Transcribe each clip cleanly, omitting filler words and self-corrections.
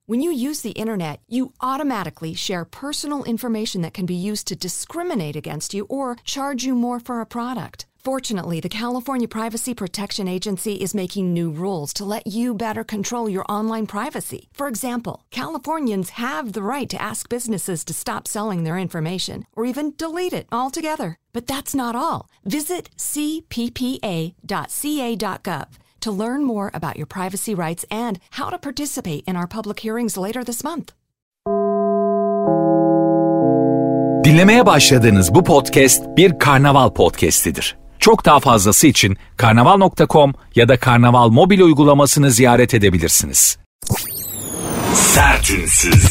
When you use the internet, you automatically share personal information that can be used to discriminate against you or charge you more for a product. Fortunately, the California Privacy Protection Agency is making new rules to let you better control your online privacy. For example, Californians have the right to ask businesses to stop selling their information or even delete it altogether. But that's not all. Visit cppa.ca.gov to learn more about your privacy rights and how to participate in our public hearings later this month. Dinlemeye başladığınız bu podcast bir Karnaval podcastidir. Çok daha fazlası için karnaval.com ya da Karnaval mobil uygulamasını ziyaret edebilirsiniz. Sertünsüz.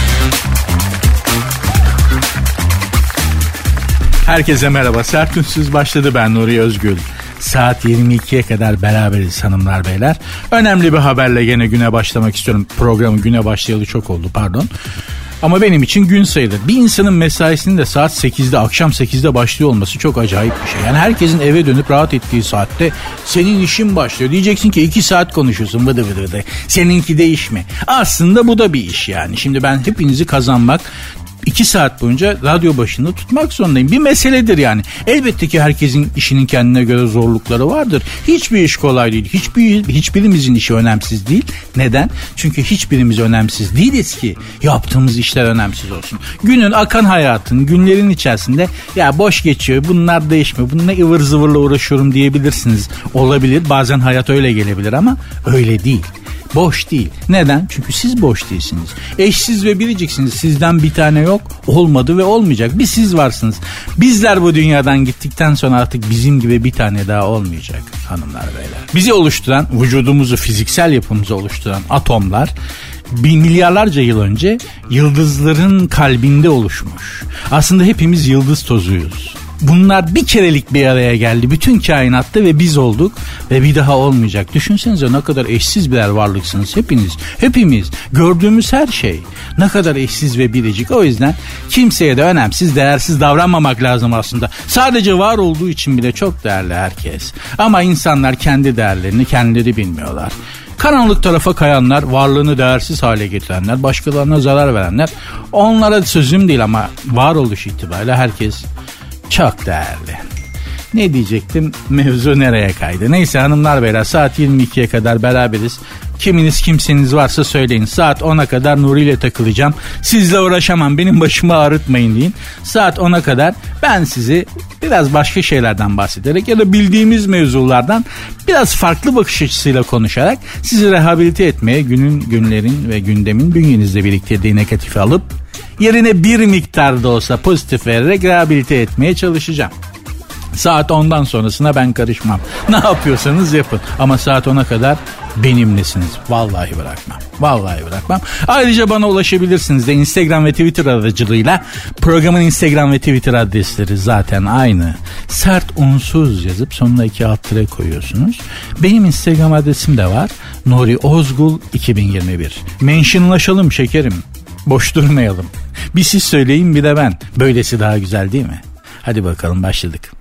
Herkese merhaba. Sertünsüz başladı, ben Nuri Özgül. Saat 22'ye kadar beraberiz hanımlar beyler. Önemli bir haberle gene güne başlamak istiyorum. Programı güne başlayalı çok oldu, pardon. Ama benim için gün sayılır. Bir insanın mesaisinin de saat 8'de, akşam 8'de başlıyor olması çok acayip bir şey. Yani herkesin eve dönüp rahat ettiği saatte senin işin başlıyor. Diyeceksin ki 2 saat konuşuyorsun, vıdı vıdı vıdı. Seninki de iş mi? Aslında bu da bir iş yani. Şimdi ben hepinizi kazanmak, 2 saat boyunca radyo başında tutmak zorundayım. Bir meseledir yani. Elbette ki herkesin işinin kendine göre zorlukları vardır. Hiçbir iş kolay değil. Hiçbirimizin işi önemsiz değil. Neden? Çünkü hiçbirimiz önemsiz değiliz ki yaptığımız işler önemsiz olsun. Günün akan hayatın, günlerin içerisinde ya boş geçiyor, bunlar değişmiyor, bununla ıvır zıvırla uğraşıyorum diyebilirsiniz. Olabilir, bazen hayat öyle gelebilir ama öyle değil. Boş değil. Neden? Çünkü siz boş değilsiniz. Eşsiz ve biriciksiniz. Sizden bir tane yok, olmadı ve olmayacak. Bir siz varsınız. Bizler bu dünyadan gittikten sonra artık bizim gibi bir tane daha olmayacak hanımlar beyler. Bizi oluşturan, vücudumuzu, fiziksel yapımızı oluşturan atomlar milyarlarca yıl önce yıldızların kalbinde oluşmuş. Aslında hepimiz yıldız tozuyuz. Bunlar bir kerelik bir araya geldi bütün kainatta ve biz olduk ve bir daha olmayacak. Düşünsenize ne kadar eşsiz birer varlıksınız hepimiz. Gördüğümüz her şey ne kadar eşsiz ve biricik. O yüzden kimseye de önemsiz, değersiz davranmamak lazım aslında. Sadece var olduğu için bile çok değerli herkes. Ama insanlar kendi değerlerini kendileri bilmiyorlar. Karanlık tarafa kayanlar, varlığını değersiz hale getirenler, başkalarına zarar verenler, onlara sözüm değil ama varoluş itibariyle herkes çok değerli. Ne diyecektim? Mevzu nereye kaydı? Neyse hanımlar beyler, saat 22'ye kadar beraberiz. Kiminiz kimseniz varsa söyleyin. Saat 10'a kadar Nuri ile takılacağım. Sizle uğraşamam, benim başımı ağrıtmayın deyin. Saat 10'a kadar ben sizi biraz başka şeylerden bahsederek ya da bildiğimiz mevzulardan biraz farklı bakış açısıyla konuşarak sizi rehabilite etmeye, günlerin ve gündemin bünyenizde biriktirdiği negatifi alıp yerine bir miktar da olsa pozitif vererek rehabilite etmeye çalışacağım. Saat 10'dan sonrasına ben karışmam. Ne yapıyorsanız yapın. Ama saat 10'a kadar benimlesiniz. Vallahi bırakmam. Ayrıca bana ulaşabilirsiniz de Instagram ve Twitter aracılığıyla. Programın Instagram ve Twitter adresleri zaten aynı. Sert unsuz yazıp sonuna 2 alt tire koyuyorsunuz. Benim Instagram adresim de var. Nuri Ozgul 2021. Mentionlaşalım şekerim. Boş durmayalım. Bir siz söyleyin, bir de ben. Böylesi daha güzel değil mi? Hadi bakalım, başladık.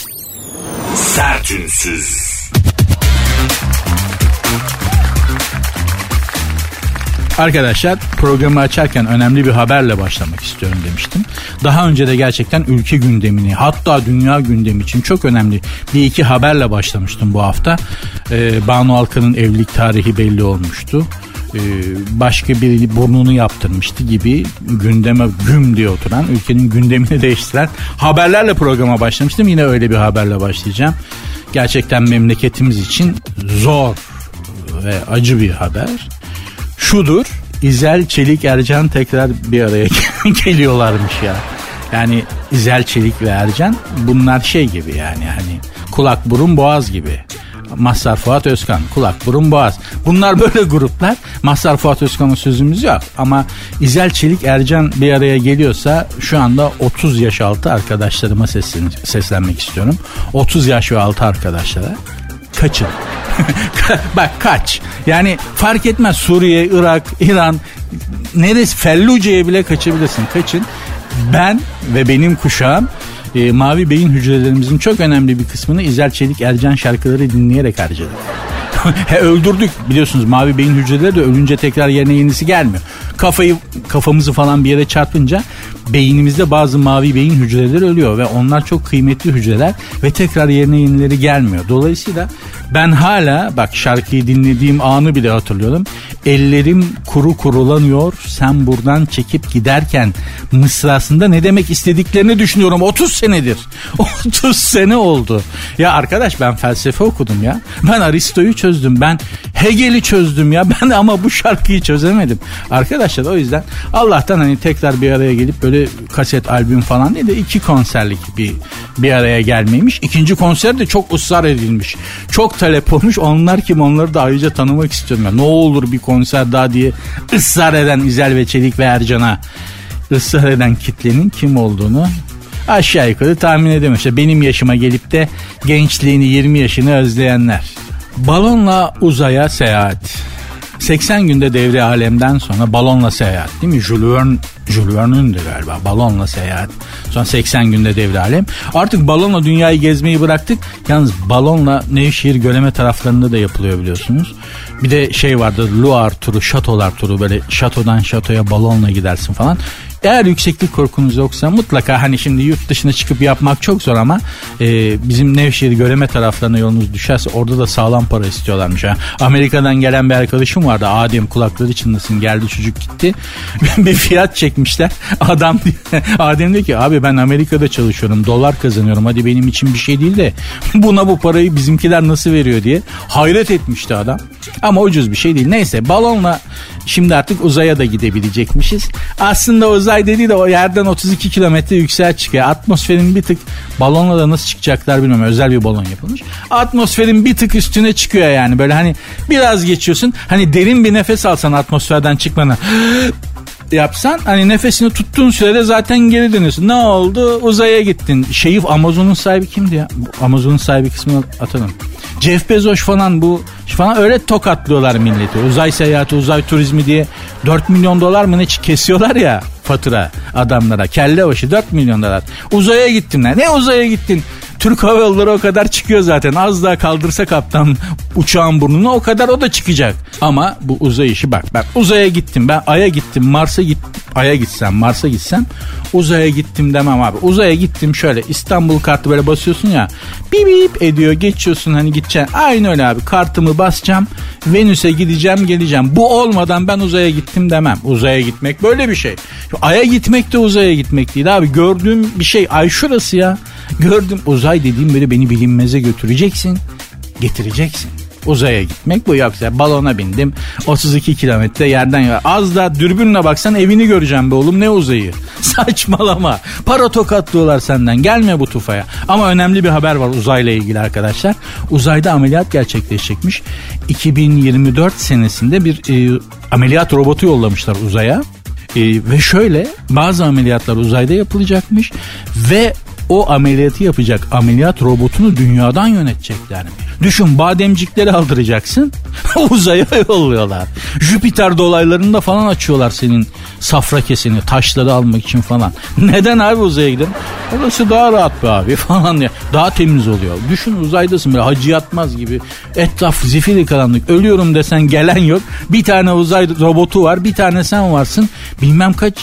Sertünsüz. Arkadaşlar, programı açarken önemli bir haberle başlamak istiyorum demiştim. Daha önce de gerçekten ülke gündemini, hatta dünya gündemi için çok önemli bir iki haberle başlamıştım bu hafta. Banu Alkan'ın evlilik tarihi belli olmuştu. Başka biri burnunu yaptırmıştı gibi gündeme güm diye oturan, ülkenin gündemini değiştiren haberlerle programa başlamıştım. Yine öyle bir haberle başlayacağım. Gerçekten memleketimiz için zor ve acı bir haber. Şudur: İzel, Çelik, Ercan tekrar bir araya geliyorlarmış ya. Yani İzel, Çelik ve Ercan, bunlar şey gibi yani, hani kulak burun boğaz gibi. Mazhar Fuat Özkan, kulak burun boğaz. Bunlar böyle gruplar. Mazhar Fuat Özkan'ın sözümüz yok. Ama İzel, Çelik, Ercan bir araya geliyorsa şu anda 30 yaş altı arkadaşlarıma seslenmek istiyorum. 30 yaş ve altı arkadaşlara kaçın. Bak, kaç. Yani fark etmez, Suriye, Irak, İran, neresi, Felluce'ye bile kaçabilirsin. Kaçın. Ben ve benim kuşağım mavi beyin hücrelerimizin çok önemli bir kısmını İzel, Çelik, Ercan şarkıları dinleyerek harcadık. Öldürdük biliyorsunuz, mavi beyin hücreleri de ölünce tekrar yerine yenisi gelmiyor. Kafamızı falan bir yere çarpınca beynimizde bazı mavi beyin hücreleri ölüyor ve onlar çok kıymetli hücreler ve tekrar yerine yenileri gelmiyor. Dolayısıyla ben hala bak şarkıyı dinlediğim anı bile hatırlıyorum. Ellerim kuru kurulanıyor sen buradan çekip giderken mısrasında ne demek istediklerini düşünüyorum. 30 senedir. 30 sene oldu. Ya arkadaş ben felsefe okudum ya. Ben Aristo'yu çözdüm. Ben Hegel'i çözdüm ya. Ben ama bu şarkıyı çözemedim. Arkadaşlar o yüzden Allah'tan hani tekrar bir araya gelip böyle kaset albüm falan değil de 2 konserlik bir araya gelmeymiş. 2. konser de çok ısrar edilmiş. Çok talep olmuş. Onlar kim, onları da ayrıca tanımak istiyorum. Ya. Ne olur bir konser daha diye ısrar eden İzel ve Çelik ve Ercan'a ısrar eden kitlenin kim olduğunu aşağı yukarı tahmin edemem. İşte benim yaşıma gelip de gençliğini 20 yaşını özleyenler. Balonla uzaya seyahat. 80 günde devre alemden sonra balonla seyahat değil mi? Jules Verne'ündü galiba balonla seyahat. Sonra 80 günde devre alem. Artık balonla dünyayı gezmeyi bıraktık. Yalnız balonla Nevşehir Göleme taraflarında da yapılıyor biliyorsunuz. Bir de şey vardı, Loire turu, şatolar turu, böyle şatodan şatoya balonla gidersin falan. Eğer yükseklik korkunuz yoksa mutlaka, hani şimdi yurt dışına çıkıp yapmak çok zor ama bizim Nevşehir Göleme taraflarına yolunuz düşerse orada da sağlam para istiyorlarmış. Ha. Amerika'dan gelen bir arkadaşım vardı, Adem, kulakları çınlasın, geldi çocuk gitti. Bir fiyat çekmişler. Adem diyor ki abi ben Amerika'da çalışıyorum, dolar kazanıyorum, hadi benim için bir şey değil de buna bu parayı bizimkiler nasıl veriyor diye hayret etmişti adam. Ama ucuz bir şey değil. Neyse, balonla şimdi artık uzaya da gidebilecekmişiz. Aslında uzay dediği de o yerden 32 kilometre yükseğe çıkıyor. Atmosferin bir tık, balonla da nasıl çıkacaklar bilmiyorum. Özel bir balon yapılmış. Atmosferin bir tık üstüne çıkıyor yani. Böyle hani biraz geçiyorsun. Hani derin bir nefes alsan atmosferden çıkmana yapsan, hani nefesini tuttuğun sürede zaten geri dönüyorsun. Ne oldu? Uzaya gittin. Amazon'un sahibi kimdi ya? Amazon'un sahibi kısmını atalım. Jeff Bezos falan öyle tokatlıyorlar milleti. Uzay seyahati, uzay turizmi diye 4 milyon dolar mı ne kesiyorlar ya fatura adamlara. Kelle başı 4 milyon dolar. Uzaya gittim lan. Ne uzaya gittin? Türk Hava Yolları o kadar çıkıyor zaten. Az daha kaldırsa kaptan uçağın burnunu, o kadar o da çıkacak. Ama bu uzay işi bak. Ben uzaya gittim. Ben Ay'a gittim. Mars'a gittim. Ay'a gitsem, Mars'a gitsem uzaya gittim demem abi. Uzaya gittim şöyle, İstanbul kartı böyle basıyorsun ya. Bip bip ediyor, geçiyorsun hani gideceksin. Aynı öyle abi. Kartımı basacağım. Venüs'e gideceğim, geleceğim. Bu olmadan ben uzaya gittim demem. Uzaya gitmek böyle bir şey. Ay'a gitmek de uzaya gitmek değil abi. Gördüğüm bir şey Ay şurası ya. Gördüm, uzay dediğim böyle beni bilinmeze götüreceksin. Getireceksin. Uzaya gitmek bu, yoksa balona bindim 32 kilometre yerden az da dürbünle baksan evini göreceğim be oğlum, ne uzayı, saçmalama, para tokatlıyorlar senden, gelme bu tufaya. Ama önemli bir haber var uzayla ilgili arkadaşlar. Uzayda ameliyat gerçekleşecekmiş. 2024 senesinde bir ameliyat robotu yollamışlar uzaya ve şöyle, bazı ameliyatlar uzayda yapılacakmış ve o ameliyatı yapacak ameliyat robotunu dünyadan yöneteceklermiş. Düşün, bademcikleri aldıracaksın, uzaya yolluyorlar. Jüpiter dolaylarında falan açıyorlar senin safra kesini, taşları almak için falan. Neden abi uzaya gidelim? Orası daha rahat be abi falan ya. Daha temiz oluyor. Düşün, uzaydasın böyle Hacı Yatmaz gibi. Etraf zifiri karanlık. Ölüyorum desen gelen yok. Bir tane uzay robotu var. Bir tane sen varsın. Bilmem kaç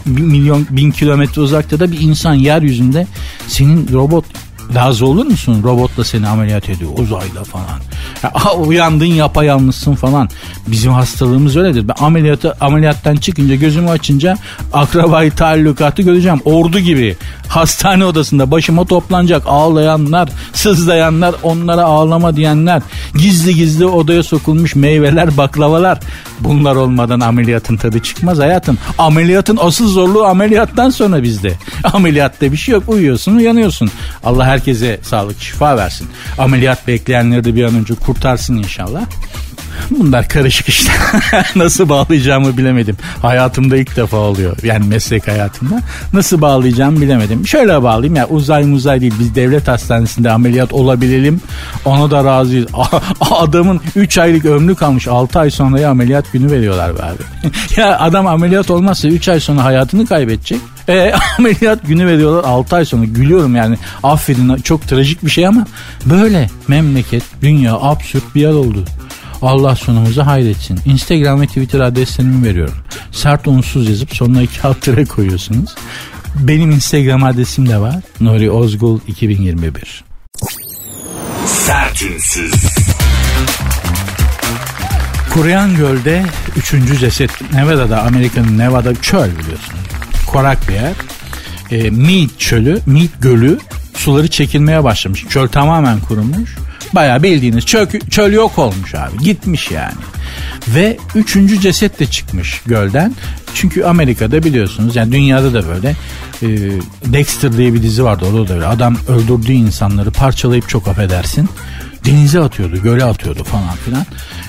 bin kilometre uzakta da bir insan yeryüzünde. Senin robot, razı olur musun? Robotla seni ameliyat ediyor uzayda falan. Ya, uyandın yapayalnızsın falan. Bizim hastalığımız öyledir. Ben ameliyattan çıkınca, gözümü açınca akrabayı taallukatı göreceğim. Ordu gibi hastane odasında başıma toplanacak ağlayanlar, sızlayanlar, onlara ağlama diyenler, gizli gizli odaya sokulmuş meyveler, baklavalar. Bunlar olmadan ameliyatın tadı çıkmaz hayatım. Ameliyatın asıl zorluğu ameliyattan sonra bizde. Ameliyatta bir şey yok, uyuyorsun, uyanıyorsun. Allah herkese sağlık, şifa versin. Ameliyat bekleyenleri de bir an önce kurtarsın inşallah. Bunlar karışık işte. Nasıl bağlayacağımı bilemedim. Hayatımda ilk defa oluyor. Yani meslek hayatımda. Nasıl bağlayacağımı bilemedim. Şöyle bağlayayım ya, uzay değil. Biz devlet hastanesinde ameliyat olabilelim. Ona da razıyız. Adamın 3 aylık ömrü kalmış. 6 ay sonraya ameliyat günü veriyorlar be abi. Ya adam ameliyat olmazsa 3 ay sonra hayatını kaybedecek. Ameliyat günü veriyorlar 6 ay sonra. Gülüyorum yani, affedin, çok trajik bir şey ama böyle memleket, dünya absürt bir yer oldu. Allah sonumuzu hayretsin. Instagram ve Twitter adreslerimi veriyorum. Sert unsuz yazıp sonuna 2 alt tire koyuyorsunuz. Benim Instagram adresim de var. Nuri Ozgul 2021. Sertünsüz. Kuruyan Göl'de 3. ceset. Nevada'da, Amerika'nın Nevada çöl biliyorsunuz. Kurak bir yer. Mead çölü, Mead gölü suları çekilmeye başlamış. Çöl tamamen kurumuş. Bayağı bildiğiniz çöl yok olmuş abi. Gitmiş yani. Ve 3. ceset de çıkmış gölden. Çünkü Amerika'da biliyorsunuz, yani dünyada da böyle, Dexter diye bir dizi vardı, orada da öyle. Adam öldürdüğü insanları parçalayıp, çok affedersin, denize atıyordu, göle atıyordu falan filan.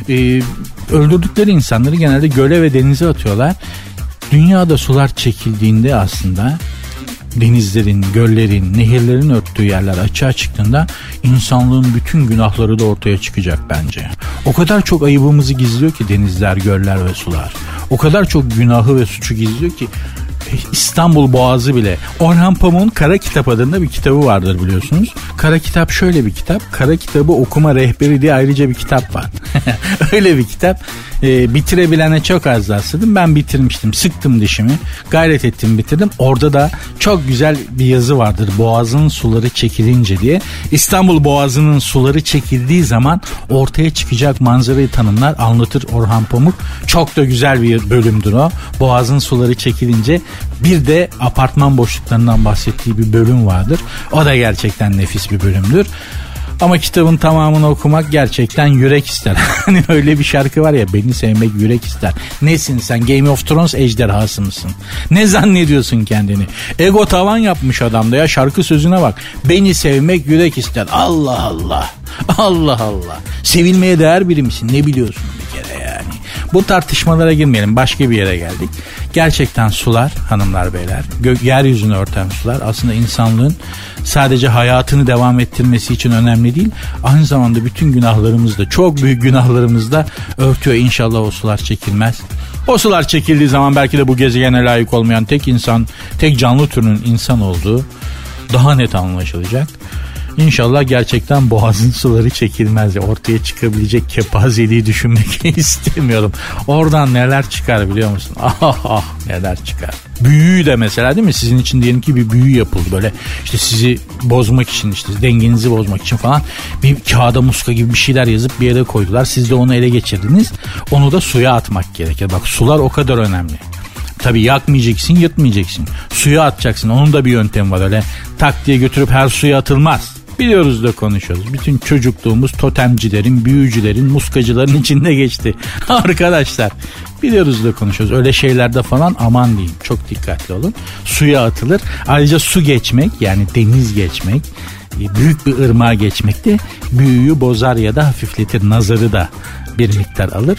Öldürdükleri insanları genelde göle ve denize atıyorlar. Dünyada sular çekildiğinde aslında denizlerin, göllerin, nehirlerin örttüğü yerler açığa çıktığında insanlığın bütün günahları da ortaya çıkacak bence. O kadar çok ayıbımızı gizliyor ki denizler, göller ve sular. O kadar çok günahı ve suçu gizliyor ki İstanbul Boğazı bile. Orhan Pamuk'un Kara Kitap adında bir kitabı vardır biliyorsunuz. Kara Kitap şöyle bir kitap. Kara Kitabı okuma rehberi diye ayrıca bir kitap var. Öyle bir kitap. Bitirebilene çok az rastladım. Ben bitirmiştim. Sıktım dişimi. Gayret ettim, bitirdim. Orada da çok güzel bir yazı vardır. Boğazın suları çekilince diye. İstanbul Boğazı'nın suları çekildiği zaman ortaya çıkacak manzarayı tanımlar, anlatır Orhan Pamuk. Çok da güzel bir bölümdür o. Boğazın suları çekilince. Bir de apartman boşluklarından bahsettiği bir bölüm vardır. O da gerçekten nefis bir bölümdür. Ama kitabın tamamını okumak gerçekten yürek ister. Hani öyle bir şarkı var ya, beni sevmek yürek ister. Nesin sen, Game of Thrones ejderhası mısın? Ne zannediyorsun kendini? Ego tavan yapmış adamda ya, şarkı sözüne bak. Beni sevmek yürek ister. Allah Allah. Allah Allah. Sevilmeye değer biri misin? Ne biliyorsun bir kere yani? Bu tartışmalara girmeyelim. Başka bir yere geldik. Gerçekten sular, hanımlar beyler, yeryüzünü örten sular aslında insanlığın sadece hayatını devam ettirmesi için önemli değil. Aynı zamanda bütün günahlarımızı da, çok büyük günahlarımızı da örtüyor. İnşallah o sular çekilmez. O sular çekildiği zaman belki de bu gezegene layık olmayan tek insan, tek canlı türünün insan olduğu daha net anlaşılacak. İnşallah gerçekten boğazın suları çekilmez. Ortaya çıkabilecek kepazeliği düşünmek istemiyorum. Oradan neler çıkar biliyor musun? Ah neler çıkar. Büyü de mesela, değil mi? Sizin için diyelim ki bir büyü yapıldı. Böyle işte sizi bozmak için, işte dengenizi bozmak için falan bir kağıda muska gibi bir şeyler yazıp bir yere koydular. Siz de onu ele geçirdiniz. Onu da suya atmak gerekir. Bak, sular o kadar önemli. Tabii yakmayacaksın, yırtmayacaksın. Suya atacaksın. Onun da bir yöntemi var. Öyle tak diye götürüp her suya atılmaz. Biliyoruz da konuşuyoruz. Bütün çocukluğumuz totemcilerin, büyücülerin, muskacıların içinde geçti. Arkadaşlar, biliyoruz da konuşuyoruz. Öyle şeylerde falan aman diyeyim. Çok dikkatli olun. Suya atılır. Ayrıca su geçmek, yani deniz geçmek, büyük bir ırmağa geçmek de büyüyü bozar ya da hafifletir. Nazarı da bir miktar alır.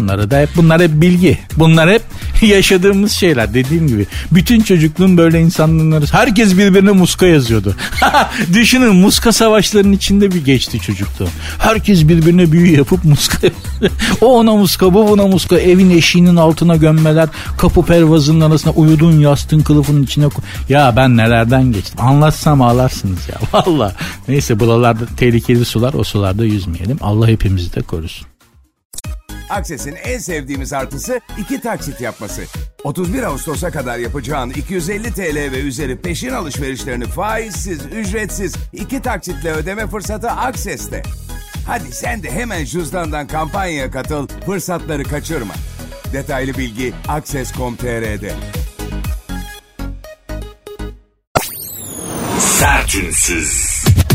Bunlar hep bilgi. Bunlar hep yaşadığımız şeyler. Dediğim gibi bütün çocukluğum böyle insanların arası. Herkes birbirine muska yazıyordu. Düşünün, muska savaşlarının içinde bir geçti çocukluğum. Herkes birbirine büyü yapıp muska o ona muska, bu buna muska. Evin eşiğinin altına gömmeler. Kapı pervazının arasına, uyuduğun yastığın kılıfının içine ya ben nelerden geçtim. Anlatsam ağlarsınız ya. Vallahi. Neyse, buralarda tehlikeli sular, o sularda yüzmeyelim. Allah hepimizi de korusun. Access'in en sevdiğimiz artısı 2 taksit yapması. 31 Ağustos'a kadar yapacağın 250 TL ve üzeri peşin alışverişlerini faizsiz, ücretsiz 2 taksitle ödeme fırsatı Access'te. Hadi sen de hemen cüzdandan kampanyaya katıl, fırsatları kaçırma. Detaylı bilgi access.com.tr'de. Sertünsüz.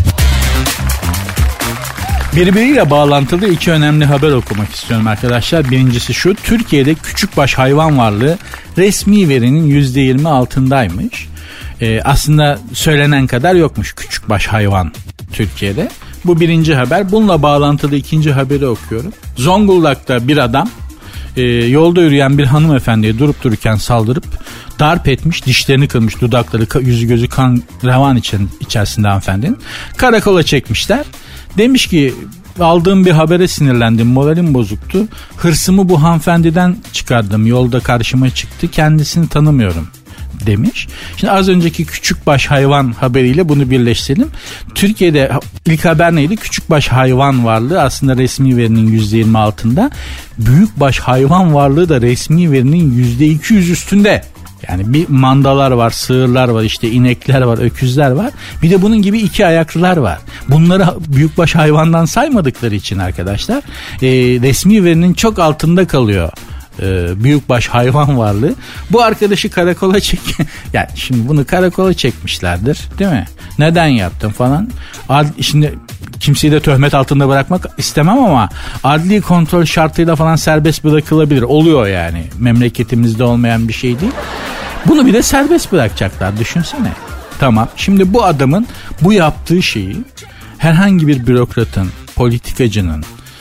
Birbiriyle bağlantılı 2 önemli haber okumak istiyorum arkadaşlar. Birincisi şu: Türkiye'de küçükbaş hayvan varlığı resmi verinin %20 altındaymış. Aslında söylenen kadar yokmuş küçükbaş hayvan Türkiye'de. Bu birinci haber. Bununla bağlantılı ikinci haberi okuyorum. Zonguldak'ta bir adam yolda yürüyen bir hanımefendiye durup dururken saldırıp darp etmiş, dişlerini kırmış, dudakları, yüzü gözü kan revan içerisinde hanımefendinin. Karakola çekmişler. Demiş ki, aldığım bir habere sinirlendim, moralim bozuktu. Hırsımı bu hanımefendiden çıkardım, yolda karşıma çıktı, kendisini tanımıyorum demiş. Şimdi az önceki küçükbaş hayvan haberiyle bunu birleştirelim. Türkiye'de ilk haber neydi? Küçükbaş hayvan varlığı aslında resmi verinin %20 altında. Büyükbaş hayvan varlığı da resmi verinin %200 üstünde. Yani bir mandalar var, sığırlar var, işte inekler var, öküzler var. Bir de bunun gibi iki ayaklılar var. Bunları büyükbaş hayvandan saymadıkları için arkadaşlar resmi verinin çok altında kalıyor büyükbaş hayvan varlığı. Bu arkadaşı karakola yani şimdi bunu karakola çekmişlerdir, değil mi? Neden yaptın falan. Şimdi kimseyi de töhmet altında bırakmak istemem ama adli kontrol şartıyla falan serbest bırakılabilir. Oluyor yani. Memleketimizde olmayan bir şey değil. Bunu bir de serbest bırakacaklar, düşünsene. Tamam. Şimdi bu adamın bu yaptığı şeyi herhangi bir bürokratın, politikacının,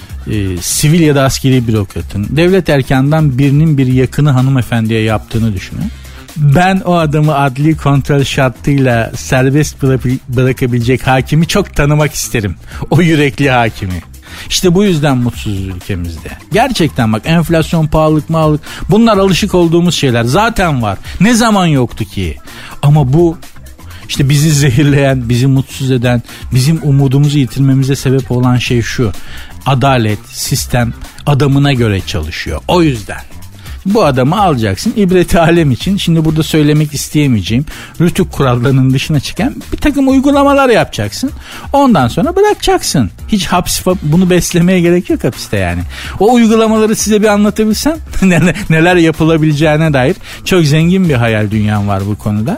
sivil ya da askeri bürokratın, devlet erkanından birinin bir yakını hanımefendiye yaptığını düşünün. Ben o adamı adli kontrol şartıyla serbest bırakabilecek hakimi çok tanımak isterim. O yürekli hakimi. İşte bu yüzden mutsuzuz ülkemizde. Gerçekten bak, enflasyon, pahalılık, mağlık, bunlar alışık olduğumuz şeyler. Zaten var. Ne zaman yoktu ki? Ama bu işte bizi zehirleyen, bizi mutsuz eden, bizim umudumuzu yitirmemize sebep olan şey şu: adalet, sistem adamına göre çalışıyor. O yüzden bu adamı alacaksın ibret-i alem için. Şimdi burada söylemek isteyemeyeceğim rütük kurallarının dışına çıkan bir takım uygulamalar yapacaksın. Ondan sonra bırakacaksın. Hiç bunu beslemeye gerek yok hapiste yani. O uygulamaları size bir anlatabilsem neler yapılabileceğine dair çok zengin bir hayal dünyam var bu konuda.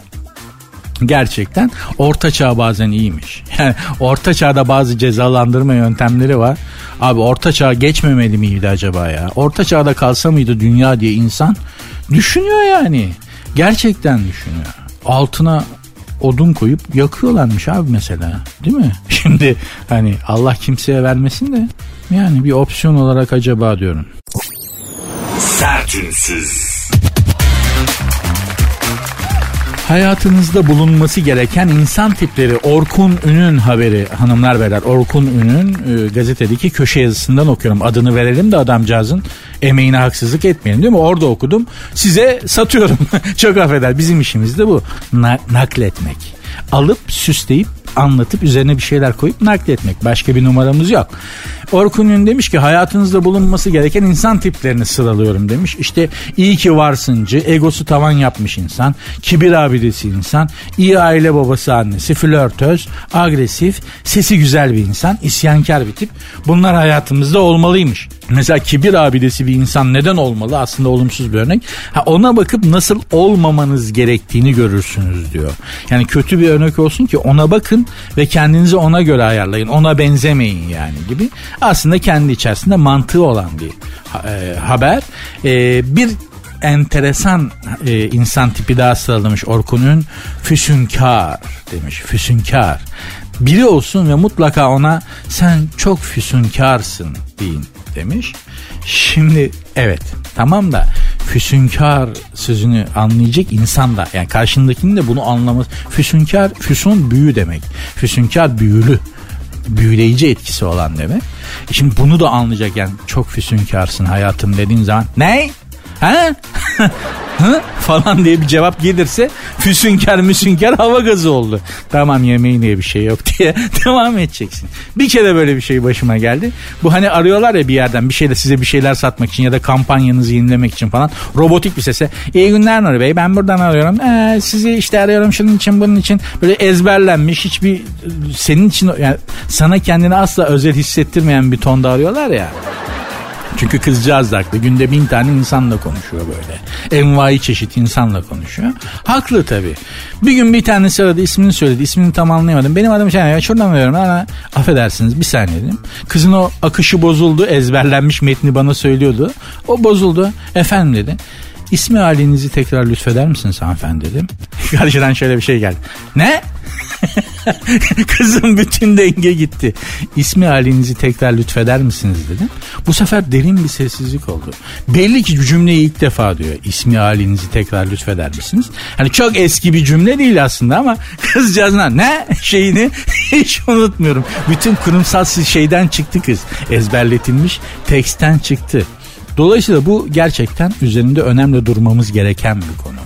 Gerçekten orta çağ bazen iyiymiş. Yani orta çağda bazı cezalandırma yöntemleri var. Abi orta çağ geçmemeli miydi acaba ya? Orta çağda kalsa mıydı dünya diye insan düşünüyor yani. Gerçekten düşünüyor. Altına odun koyup yakıyorlarmış abi mesela. Değil mi? Şimdi hani Allah kimseye vermesin de yani bir opsiyon olarak acaba diyorum. Sertünsüz. Hayatınızda bulunması gereken insan tipleri. Orkun Ün'ün haberi hanımlar beyler. Orkun Ün'ün gazetedeki köşe yazısından okuyorum. Adını verelim de adamcağızın emeğine haksızlık etmeyelim, değil mi? Orada okudum. Size satıyorum. Çok affeder. Bizim işimiz de bu. Nakletmek. Alıp süsleyip anlatıp üzerine bir şeyler koyup nakletmek. Başka bir numaramız yok. Orkun Ün demiş ki hayatınızda bulunması gereken insan tiplerini sıralıyorum demiş. İşte iyi ki varsıncı, egosu tavan yapmış insan, kibir abidesi insan, iyi aile babası annesi, flörtöz, agresif, sesi güzel bir insan, isyankar bir tip. Bunlar hayatımızda olmalıymış. Mesela kibir abidesi bir insan neden olmalı? Aslında olumsuz bir örnek. Ona bakıp nasıl olmamanız gerektiğini görürsünüz diyor. Yani kötü bir örnek olsun ki ona bakın ve kendinizi ona göre ayarlayın. Ona benzemeyin yani gibi. Aslında kendi içerisinde mantığı olan bir haber. Bir enteresan insan tipi daha sıralamış Orkun Ün. Füsunkar demiş. Füsunkar. Biri olsun ve mutlaka ona sen çok füsunkarsın deyin demiş. Şimdi evet tamam da füsunkar sözünü anlayacak insan da yani karşındakinin de bunu anlaması. Füsunkar, füsun büyü demek. Füsunkar büyülü. Büyüleyici etkisi olan demek. Şimdi bunu da anlayacak yani çok füsunkarsın hayatım dediğin zaman ne? Ha? Hı? Falan diye bir cevap gelirse füsunkar hava gazı oldu. Tamam yemeğin diye bir şey yok diye devam edeceksin. Bir kere böyle bir şey başıma geldi. Bu hani arıyorlar ya bir yerden bir şeyle size bir şeyler satmak için ya da kampanyanızı yenilemek için falan robotik bir sese iyi günler Nuri Bey ben buradan arıyorum. Sizi işte arıyorum şunun için bunun için böyle ezberlenmiş hiçbir senin için yani sana kendini asla özel hissettirmeyen bir tonda arıyorlar ya. Çünkü kızcağız da haklı. Günde 1000 tane insanla konuşuyor böyle. Envai çeşit insanla konuşuyor. Haklı tabii. Bir gün bir tanesi aradı ismini söyledi. İsmini tam anlayamadım. Benim adım şuradan arıyorum. Affedersiniz bir saniye dedim. Kızın o akışı bozuldu. Ezberlenmiş metni bana söylüyordu. O bozuldu. Efendim dedi. İsmi halinizi tekrar lütfeder misiniz hanımefendi dedim. Karşıdan şöyle bir şey geldi. Ne? Kızın bütün denge gitti. İsmi halinizi tekrar lütfeder misiniz dedim. Bu sefer derin bir sessizlik oldu. Belli ki cümleyi ilk defa diyor. İsmi halinizi tekrar lütfeder misiniz? Hani çok eski bir cümle değil aslında ama kızcağızına ne şeyini hiç unutmuyorum. Bütün kurumsal şeyden çıktı kız. Ezberletilmiş teksten çıktı. Dolayısıyla bu gerçekten üzerinde önemli durmamız gereken bir konu.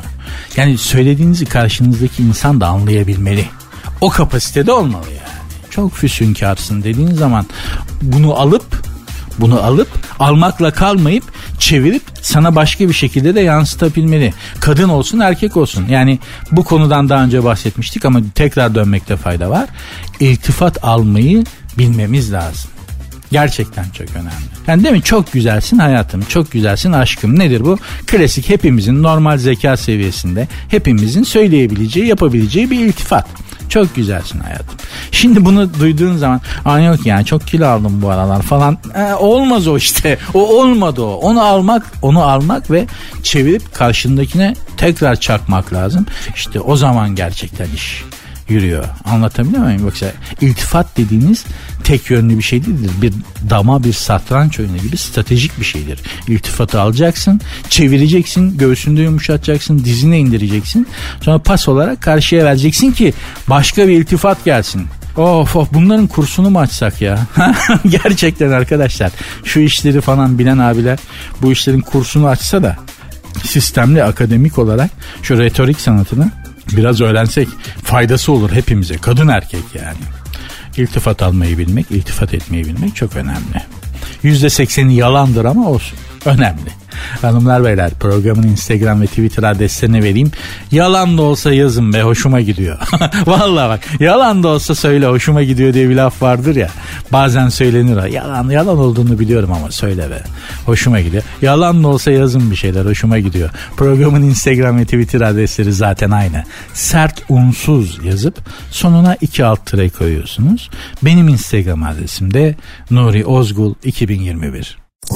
Yani söylediğinizi karşınızdaki insan da anlayabilmeli. O kapasitede olmalı yani. Çok füsünkarsın dediğin zaman bunu alıp almakla kalmayıp çevirip sana başka bir şekilde de yansıtabilmeli. Kadın olsun erkek olsun. Yani bu konudan daha önce bahsetmiştik ama tekrar dönmekte fayda var. İltifat almayı bilmemiz lazım. Gerçekten çok önemli. Yani değil mi? Çok güzelsin hayatım, çok güzelsin aşkım. Nedir bu? Klasik, hepimizin normal zeka seviyesinde hepimizin söyleyebileceği, yapabileceği bir iltifat. Çok güzelsin hayatım. Şimdi bunu duyduğun zaman yok yani çok kilo aldım bu aralar falan. Olmaz o işte. O olmadı o. Onu almak ve çevirip karşındakine tekrar çakmak lazım. İşte o zaman gerçekten iş yürüyor. Anlatabiliyor muyum? Yoksa iltifat dediğiniz tek yönlü bir şey değildir. Bir dama, bir satranç oyunu gibi stratejik bir şeydir. İltifatı alacaksın, çevireceksin, göğsünde yumuşatacaksın, dizine indireceksin. Sonra pas olarak karşıya vereceksin ki başka bir iltifat gelsin. Of bunların kursunu mu açsak ya? Gerçekten arkadaşlar, şu işleri falan bilen abiler bu işlerin kursunu açsa da sistemli, akademik olarak şu retorik sanatını biraz öğrensek faydası olur hepimize, kadın erkek yani. İltifat almayı bilmek, iltifat etmeyi bilmek çok önemli. %80'i yalandır ama olsun, önemli. Hanımlar beyler, programın Instagram ve Twitter adreslerini vereyim. Yalan da olsa yazın be, hoşuma gidiyor. Vallahi bak, yalan da olsa söyle, hoşuma gidiyor diye bir laf vardır ya. Bazen söylenir o. Yalan olduğunu biliyorum ama söyle be, hoşuma gidiyor. Yalan da olsa yazın bir şeyler, hoşuma gidiyor. Programın Instagram ve Twitter adresleri zaten aynı. Sert unsuz yazıp sonuna 2 alt tire koyuyorsunuz. Benim Instagram adresim de Nuri Ozgul 2021.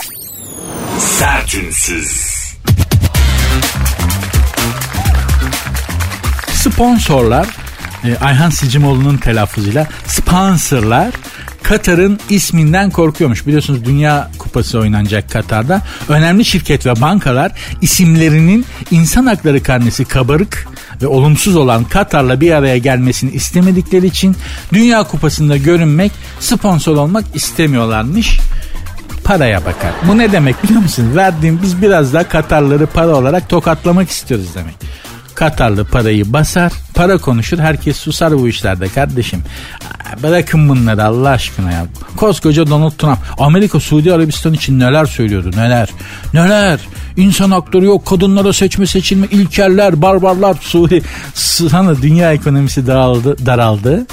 Sertünsüz. Sponsorlar, Ayhan Sicimoğlu'nun telaffuzuyla sponsorlar Katar'ın isminden korkuyormuş. Biliyorsunuz Dünya Kupası oynanacak Katar'da. Önemli şirket ve bankalar isimlerinin insan hakları karnesi kabarık ve olumsuz olan Katar'la bir araya gelmesini istemedikleri için Dünya Kupası'nda görünmek, sponsor olmak istemiyorlarmış. Paraya bakar. Bu ne demek biliyor musunuz? Biz biraz daha Katarları para olarak tokatlamak istiyoruz demek. Katarlı parayı basar, para konuşur, herkes susar bu işlerde kardeşim. Bırakın bunları Allah aşkına ya. Koskoca Donald Trump Amerika Suudi Arabistan için neler söylüyordu, neler. İnsan hakları yok, kadınlara seçilme, ilkeller, barbarlar. Sana dünya ekonomisi daraldı.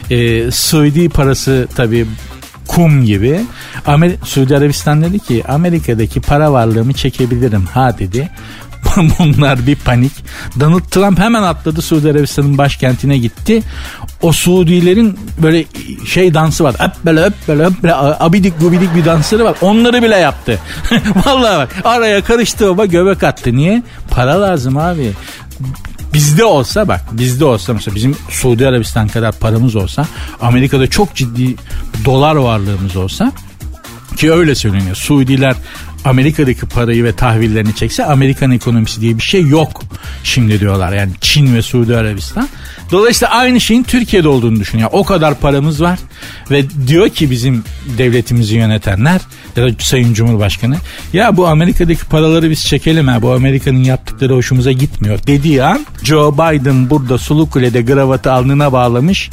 Suudi parası tabii kum gibi. Suudi Arabistan dedi ki Amerika'daki para varlığımı çekebilirim dedi. Bunlar bir panik. Donald Trump hemen atladı, Suudi Arabistan'ın başkentine gitti. O Suudilerin böyle dansı var. Hep böyle abidik gubidik bir dansları var. Onları bile yaptı. Vallahi bak, araya karıştı baba, göbek attı. Niye? Para lazım abi. Bizde olsa mesela bizim Suudi Arabistan kadar paramız olsa, Amerika'da çok ciddi dolar varlığımız olsa, ki öyle söyleniyor, Suudiler Amerika'daki parayı ve tahvillerini çekse Amerikan ekonomisi diye bir şey yok şimdi diyorlar. Yani Çin ve Suudi Arabistan. Dolayısıyla aynı şeyin Türkiye'de olduğunu düşünüyor. O kadar paramız var ve diyor ki bizim devletimizi yönetenler ya da Sayın Cumhurbaşkanı, ya bu Amerika'daki paraları biz çekelim bu Amerika'nın yaptıkları hoşumuza gitmiyor dediği an Joe Biden burada Sulukule'de kravatı alnına bağlamış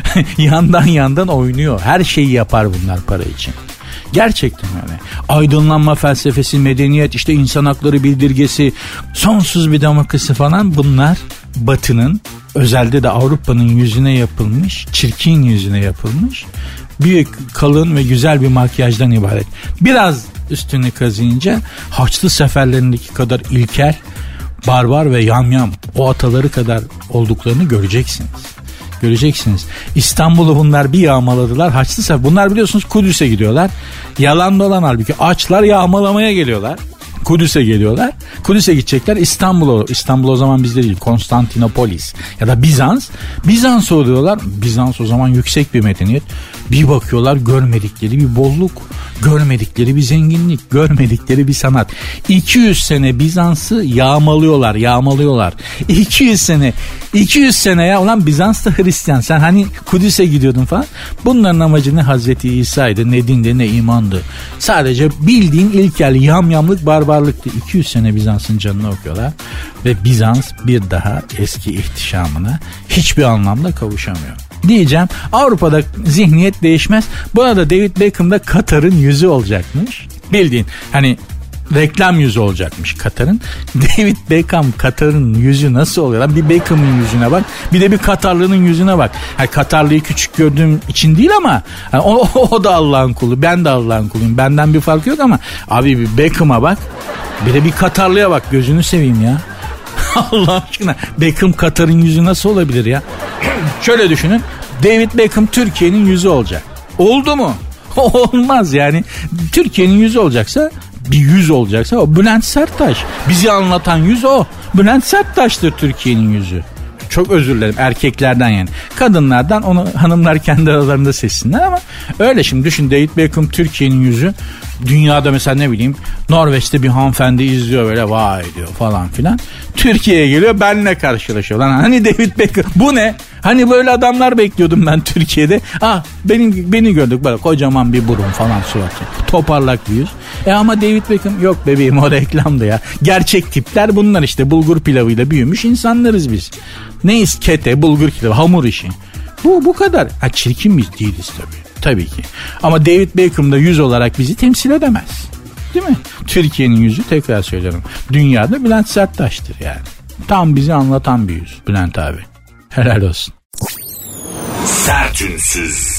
yandan oynuyor. Her şeyi yapar bunlar para için. Gerçekten öyle. Aydınlanma felsefesi, medeniyet, işte insan hakları bildirgesi, sonsuz bir demokrasi falan, bunlar Batı'nın, özellikle de Avrupa'nın yüzüne yapılmış, çirkin yüzüne yapılmış büyük, kalın ve güzel bir makyajdan ibaret. Biraz üstünü kazıyınca Haçlı seferlerindeki kadar ilkel, barbar ve yamyam, o ataları kadar olduklarını göreceksiniz. İstanbul'u bunlar bir yağmaladılar. Haçlı sefer. Bunlar biliyorsunuz Kudüs'e gidiyorlar. Yalan dolan halbuki. Açlar yağmalamaya geliyorlar. Kudüs'e geliyorlar. Kudüs'e gidecekler. İstanbul o zaman bizde değil. Konstantinopolis ya da Bizans. Bizans'a oluyorlar. Bizans o zaman yüksek bir medeniyet. Bir bakıyorlar, görmedikleri bir bolluk, görmedikleri bir zenginlik, görmedikleri bir sanat. 200 sene Bizans'ı yağmalıyorlar. 200 sene ya, ulan Bizans da Hristiyan. Sen hani Kudüs'e gidiyordun falan. Bunların amacı ne Hazreti İsa'ydı, ne dindi, ne imandı. Sadece bildiğin ilkel yamyamlık, barbar barbarlıkta 200 sene Bizans'ın canını okuyorlar ve Bizans bir daha eski ihtişamına hiçbir anlamda kavuşamıyor. Diyeceğim, Avrupa'da zihniyet değişmez. Buna da David Beckham'da Katar'ın yüzü olacakmış. Bildiğin hani reklam yüzü olacakmış Katar'ın. David Beckham Katar'ın yüzü nasıl oluyor lan? Bir Beckham'ın yüzüne bak. Bir de bir Katarlı'nın yüzüne bak. Yani Katarlı'yı küçük gördüğüm için değil ama yani o da Allah'ın kulu. Ben de Allah'ın kuluyum. Benden bir farkı yok ama abi bir Beckham'a bak. Bir de bir Katarlı'ya bak. Gözünü seveyim ya. Allah aşkına. Beckham Katar'ın yüzü nasıl olabilir ya? Şöyle düşünün. David Beckham Türkiye'nin yüzü olacak. Oldu mu? Olmaz yani. Türkiye'nin yüzü olacaksa, bir yüz olacaksa o Bülent Serttaş. Bizi anlatan yüz o. Bülent Serttaş'tır Türkiye'nin yüzü. Çok özür dilerim erkeklerden yani. Kadınlardan onu hanımlar kendi aralarında seçsinler ama öyle şimdi düşün, David Beckham Türkiye'nin yüzü. Dünyada mesela ne bileyim Norveç'te bir hanımefendi izliyor böyle vay diyor falan filan. Türkiye'ye geliyor benimle karşılaşıyor. Lan hani David Beckham bu ne? Hani böyle adamlar bekliyordum ben Türkiye'de. Beni gördük böyle kocaman bir burun falan suratı. Toparlak bir yüz. Ama David Beckham yok bebeğim o reklamdı ya. Gerçek tipler bunlar işte, bulgur pilavıyla büyümüş insanlarız biz. Neyiz? Kete, bulgur pilavı, hamur işi. Bu kadar. Çirkin miyiz? Değiliz tabii. Tabii ki. Ama David Beckham da yüz olarak bizi temsil edemez. Değil mi? Türkiye'nin yüzü, tekrar söylüyorum, dünyada Bülent Serttaş'tır yani. Tam bizi anlatan bir yüz Bülent abi. Helal olsun. Sertünsüz.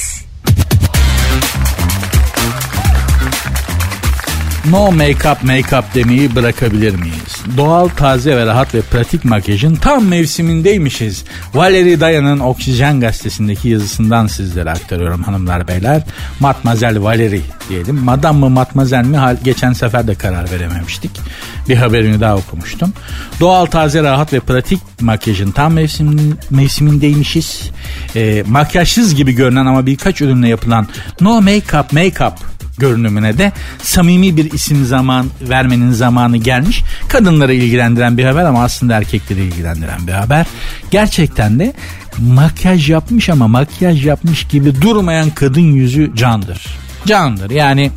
No make-up demeyi bırakabilir miyiz? Doğal, taze ve rahat ve pratik makyajın tam mevsimindeymişiz. Valerie Dayan'ın Oksijen gazetesindeki yazısından sizlere aktarıyorum hanımlar beyler. Matmazel Valerie diyelim. Madam mı matmazel mi geçen sefer de karar verememiştik. Bir haberini daha okumuştum. Doğal, taze, rahat ve pratik makyajın tam mevsimindeymişiz. Makyajsız gibi görünen ama birkaç ürünle yapılan no make-up görünümüne de samimi bir isim vermenin zamanı gelmiş. Kadınları ilgilendiren bir haber ama aslında erkekleri ilgilendiren bir haber. Gerçekten de makyaj yapmış ama makyaj yapmış gibi durmayan kadın yüzü candır. Candır yani.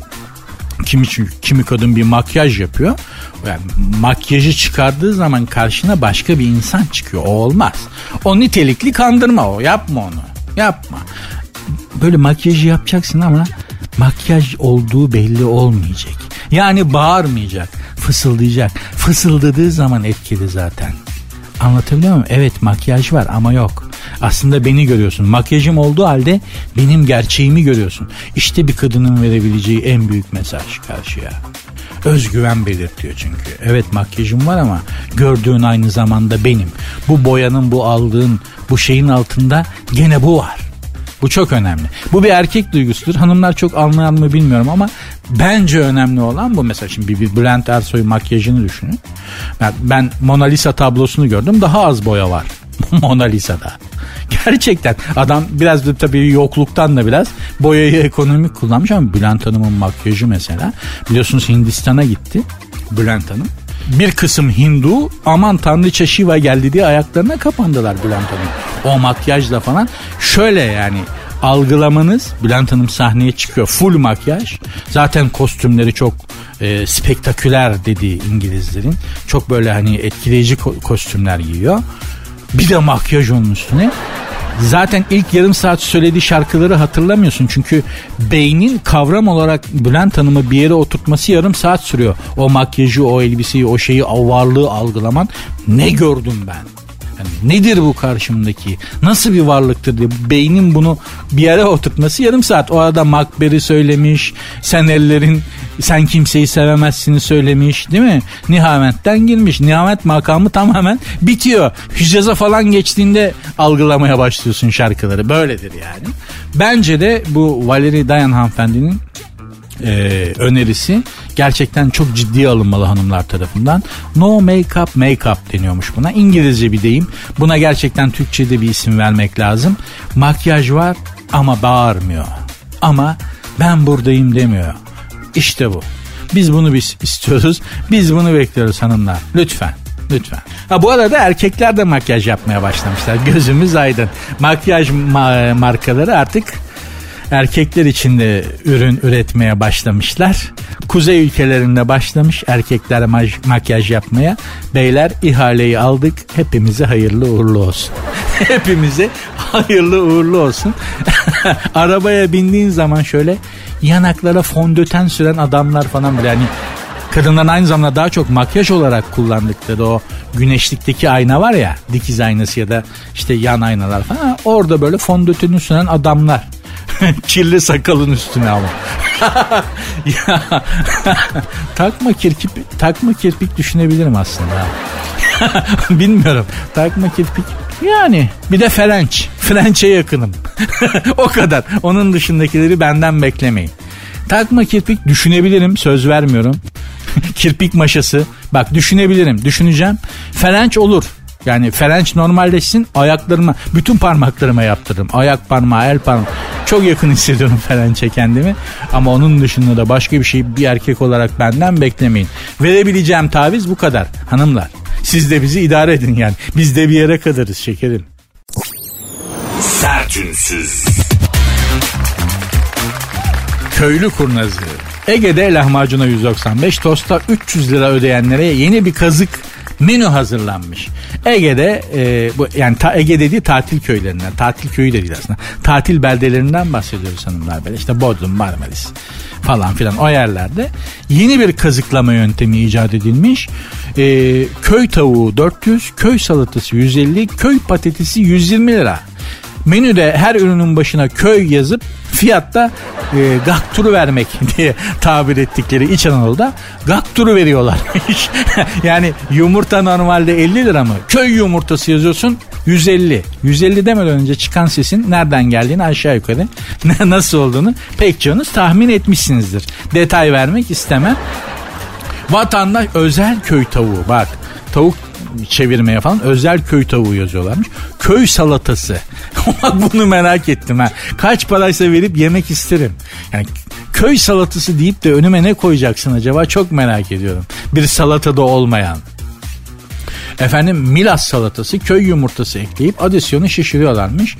Kimi kadın bir makyaj yapıyor. Yani makyajı çıkardığı zaman karşına başka bir insan çıkıyor. O olmaz. O nitelikli kandırma o. Yapma onu. Yapma. Böyle makyajı yapacaksın ama makyaj olduğu belli olmayacak. Yani bağırmayacak, fısıldayacak. Fısıldadığı zaman etkili zaten. Anlatabiliyor muyum? Evet makyaj var ama yok. Aslında beni görüyorsun. Makyajım olduğu halde benim gerçeğimi görüyorsun. İşte bir kadının verebileceği en büyük mesaj karşıya. Özgüven belirtiyor çünkü. Evet makyajım var ama gördüğün aynı zamanda benim. Bu boyanın, bu aldığın, bu şeyin altında gene bu var. Bu çok önemli. Bu bir erkek duygusudur. Hanımlar çok anlayan mı bilmiyorum ama bence önemli olan bu. Mesela şimdi bir Bülent Ersoy makyajını düşünün. Ben Mona Lisa tablosunu gördüm. Daha az boya var Mona Lisa'da. Gerçekten adam biraz da tabii yokluktan da biraz boyayı ekonomik kullanmış ama Bülent Hanım'ın makyajı mesela, biliyorsunuz Hindistan'a gitti Bülent Hanım. Bir kısım Hindu aman tanrıça Shiva geldi diye ayaklarına kapandılar Bülent Hanım. O makyajla falan şöyle yani algılamanız, Bülent Hanım sahneye çıkıyor full makyaj. Zaten kostümleri çok spektaküler dediği İngilizlerin. Çok böyle hani etkileyici kostümler giyiyor. Bir de makyaj onun üstüne. Zaten ilk yarım saat söylediği şarkıları hatırlamıyorsun. Çünkü beynin kavram olarak Bülent Hanım'ı bir yere oturtması yarım saat sürüyor. O makyajı, o elbiseyi, o şeyi, o varlığı algılaman. Ne gördüm ben? Yani nedir bu karşımdaki? Nasıl bir varlıktır diye beynin bunu bir yere oturtması yarım saat. O arada Makber'i söylemiş. Sen kimseyi sevemezsini söylemiş, değil mi? Nihamet'ten girmiş. Nihamet makamı tamamen bitiyor. Hicaz'a falan geçtiğinde algılamaya başlıyorsun şarkıları. Böyledir yani. Bence de bu Valerie Dayan hanımefendinin önerisi gerçekten çok ciddiye alınmalı hanımlar tarafından. No make-up deniyormuş buna. İngilizce bir deyim. Buna gerçekten Türkçe'de bir isim vermek lazım. Makyaj var ama bağırmıyor. Ama ben buradayım demiyor. İşte bu. Biz bunu istiyoruz. Biz bunu bekliyoruz hanımlar. Lütfen. Bu arada erkekler de makyaj yapmaya başlamışlar. Gözümüz aydın. Makyaj markaları artık Erkekler için de ürün üretmeye başlamışlar. Kuzey ülkelerinde başlamış erkekler makyaj yapmaya. Beyler ihaleyi aldık. Hepimize hayırlı uğurlu olsun. Hepimize hayırlı uğurlu olsun. Arabaya bindiğin zaman şöyle yanaklara fondöten süren adamlar falan bile, yani kadınların aynı zamanda daha çok makyaj olarak kullandıkları o güneşlikteki ayna var ya, dikiz aynası ya da işte yan aynalar falan, orada böyle fondöteni süren adamlar. Kirli sakalın üstüne ama. Ya, takma kirpik düşünebilirim aslında. Bilmiyorum. Takma kirpik. Yani bir de French'e yakınım. O kadar. Onun dışındakileri benden beklemeyin. Takma kirpik düşünebilirim, söz vermiyorum. Kirpik maşası. Bak düşüneceğim. French olur. Yani French normalleşsin, ayaklarıma, bütün parmaklarıma yaptırırım. Ayak parmağı, el parmağı. Çok yakın hissediyorum French'e kendimi. Ama onun dışında da başka bir şey bir erkek olarak benden beklemeyin. Verebileceğim taviz bu kadar hanımlar. Siz de bizi idare edin yani. Biz de bir yere kadarız şekerim. Sertünsüz. Köylü kurnazı. Ege'de lahmacuna 195, tosta 300 lira ödeyenlere yeni bir kazık menü hazırlanmış. Ege'de bu yani Ege dediği tatil köylerinden, tatil köyü de değil aslında. Tatil beldelerinden bahsediyoruz hanımlar böyle. İşte Bodrum, Marmaris falan filan o yerlerde yeni bir kazıklama yöntemi icat edilmiş. Köy tavuğu 400, köy salatası 150, köy patatesi 120 lira. Menüde her ürünün başına köy yazıp fiyatta gakturu vermek diye tabir ettikleri İç Anadolu'da gakturu veriyorlar. Yani yumurta normalde 50 lira mı? Köy yumurtası yazıyorsun 150. 150 demeden önce çıkan sesin nereden geldiğini aşağı yukarı nasıl olduğunu pek çoğunuz tahmin etmişsinizdir. Detay vermek istemem. Vatandaş özel köy tavuğu, bak tavuk çevirmeye falan özel köy tavuğu yazıyorlarmış. Köy salatası. Bunu merak ettim ha. Kaç paraysa verip yemek isterim. Yani köy salatası deyip de önüme ne koyacaksın acaba, çok merak ediyorum. Bir salatada olmayan. Efendim Milas salatası, köy yumurtası ekleyip adisyonu şişiriyorlarmış.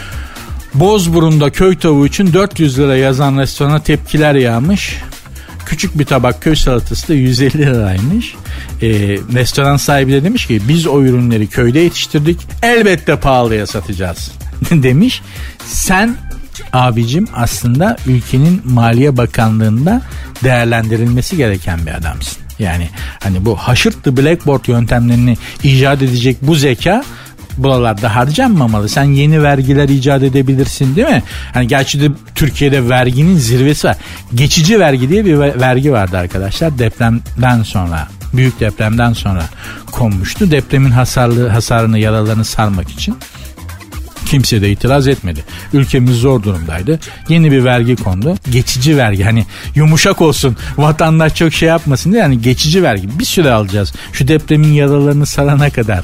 Bozburun'da köy tavuğu için 400 lira yazan restorana tepkiler yağmış. Küçük bir tabak köy salatası da 150 liraymış. Restoran sahibi de demiş ki biz o ürünleri köyde yetiştirdik, elbette pahalıya satacağız demiş. Sen abicim aslında ülkenin Maliye Bakanlığı'nda değerlendirilmesi gereken bir adamsın. Yani hani bu haşırtlı blackboard yöntemlerini icat edecek bu zeka buralarda harcanmamalı. Sen yeni vergiler icat edebilirsin değil mi? Hani gerçi de Türkiye'de verginin zirvesi var. Geçici vergi diye bir vergi vardı arkadaşlar. Depremden sonra, büyük depremden sonra konmuştu. Depremin hasarını, yaralarını sarmak için. Kimse de itiraz etmedi. Ülkemiz zor durumdaydı. Yeni bir vergi kondu. Geçici vergi. Hani yumuşak olsun, vatandaş çok şey yapmasın diye, yani geçici vergi. Bir süre alacağız. Şu depremin yaralarını sarana kadar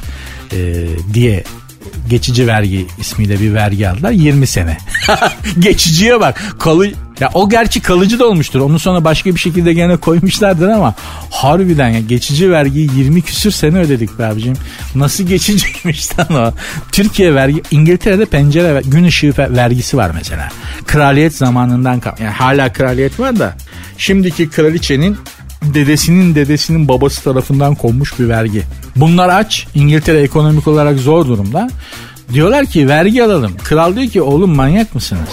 diye geçici vergi ismiyle bir vergi aldılar. 20 sene. Geçiciye bak. Ya o gerçi kalıcı da olmuştur. Onun sonra başka bir şekilde gene koymuşlardır ama harbiden ya geçici vergiyi 20 küsür sene ödedik be abicim. Nasıl geçiciymiş lan o. Türkiye vergi, İngiltere'de pencere gün ışığı vergisi var mesela. Kraliyet zamanından yani hala kraliyet var da şimdiki kraliçenin dedesinin babası tarafından konmuş bir vergi. Bunlar aç. İngiltere ekonomik olarak zor durumda. Diyorlar ki vergi alalım. Kral diyor ki oğlum manyak mısınız?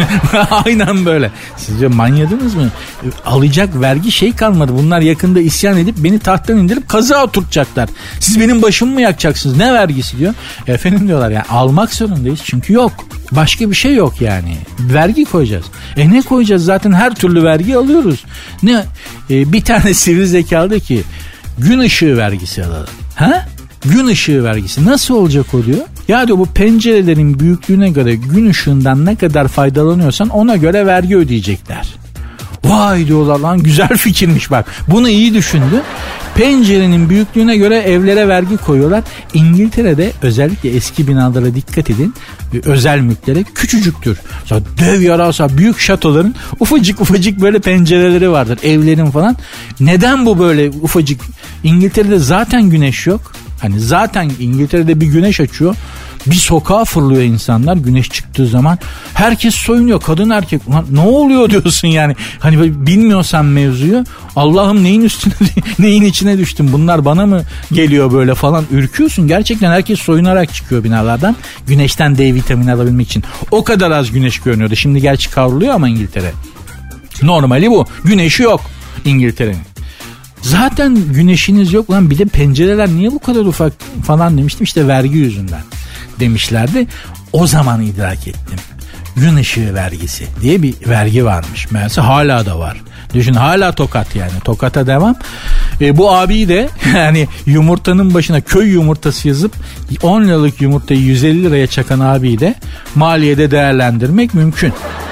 Aynen böyle. Sizce manyadınız mı? Alacak vergi şey kalmadı. Bunlar yakında isyan edip beni tahttan indirip kazığa oturtacaklar. Siz benim başımı mı yakacaksınız? Ne vergisi diyor. Efendim diyorlar yani almak zorundayız çünkü yok. Başka bir şey yok yani. Vergi koyacağız. Ne koyacağız? Zaten her türlü vergi alıyoruz. Ne? Bir tane sivri zekalı ki gün ışığı vergisi alalım. Ha? Gün ışığı vergisi nasıl olacak o diyor. Ya diyor bu pencerelerin büyüklüğüne göre gün ışığından ne kadar faydalanıyorsan ona göre vergi ödeyecekler. Vay diyorlar lan, güzel fikirmiş bak. Bunu iyi düşündü. Pencerenin büyüklüğüne göre evlere vergi koyuyorlar. İngiltere'de özellikle eski binalara dikkat edin. Özel mülklere küçücüktür. Mesela dev yarasa büyük şatoların ufacık böyle pencereleri vardır. Evlerin falan. Neden bu böyle ufacık? İngiltere'de zaten güneş yok. Hani zaten İngiltere'de bir güneş açıyor. Bir sokağa fırlıyor insanlar güneş çıktığı zaman. Herkes soyunuyor, kadın erkek. Ulan ne oluyor diyorsun yani. Hani bilmiyorsan mevzuyu, Allah'ım neyin içine düştüm, bunlar bana mı geliyor böyle falan, ürküyorsun. Gerçekten herkes soyunarak çıkıyor binalardan güneşten D vitamini alabilmek için. O kadar az güneş görünüyordu. Şimdi gerçi kavruluyor ama İngiltere. Normali bu. Güneşi yok İngiltere'nin. Zaten güneşiniz yok lan, bir de pencereler niye bu kadar ufak falan demiştim. İşte vergi yüzünden demişlerdi. O zaman idrak ettim. Gün ışığı vergisi diye bir vergi varmış. Meğerse hala da var. Düşün, hala tokat yani. Tokata devam. Bu abi de yani yumurtanın başına köy yumurtası yazıp 10 liralık yumurtayı 150 liraya çakan abiyi de maliyede değerlendirmek mümkün.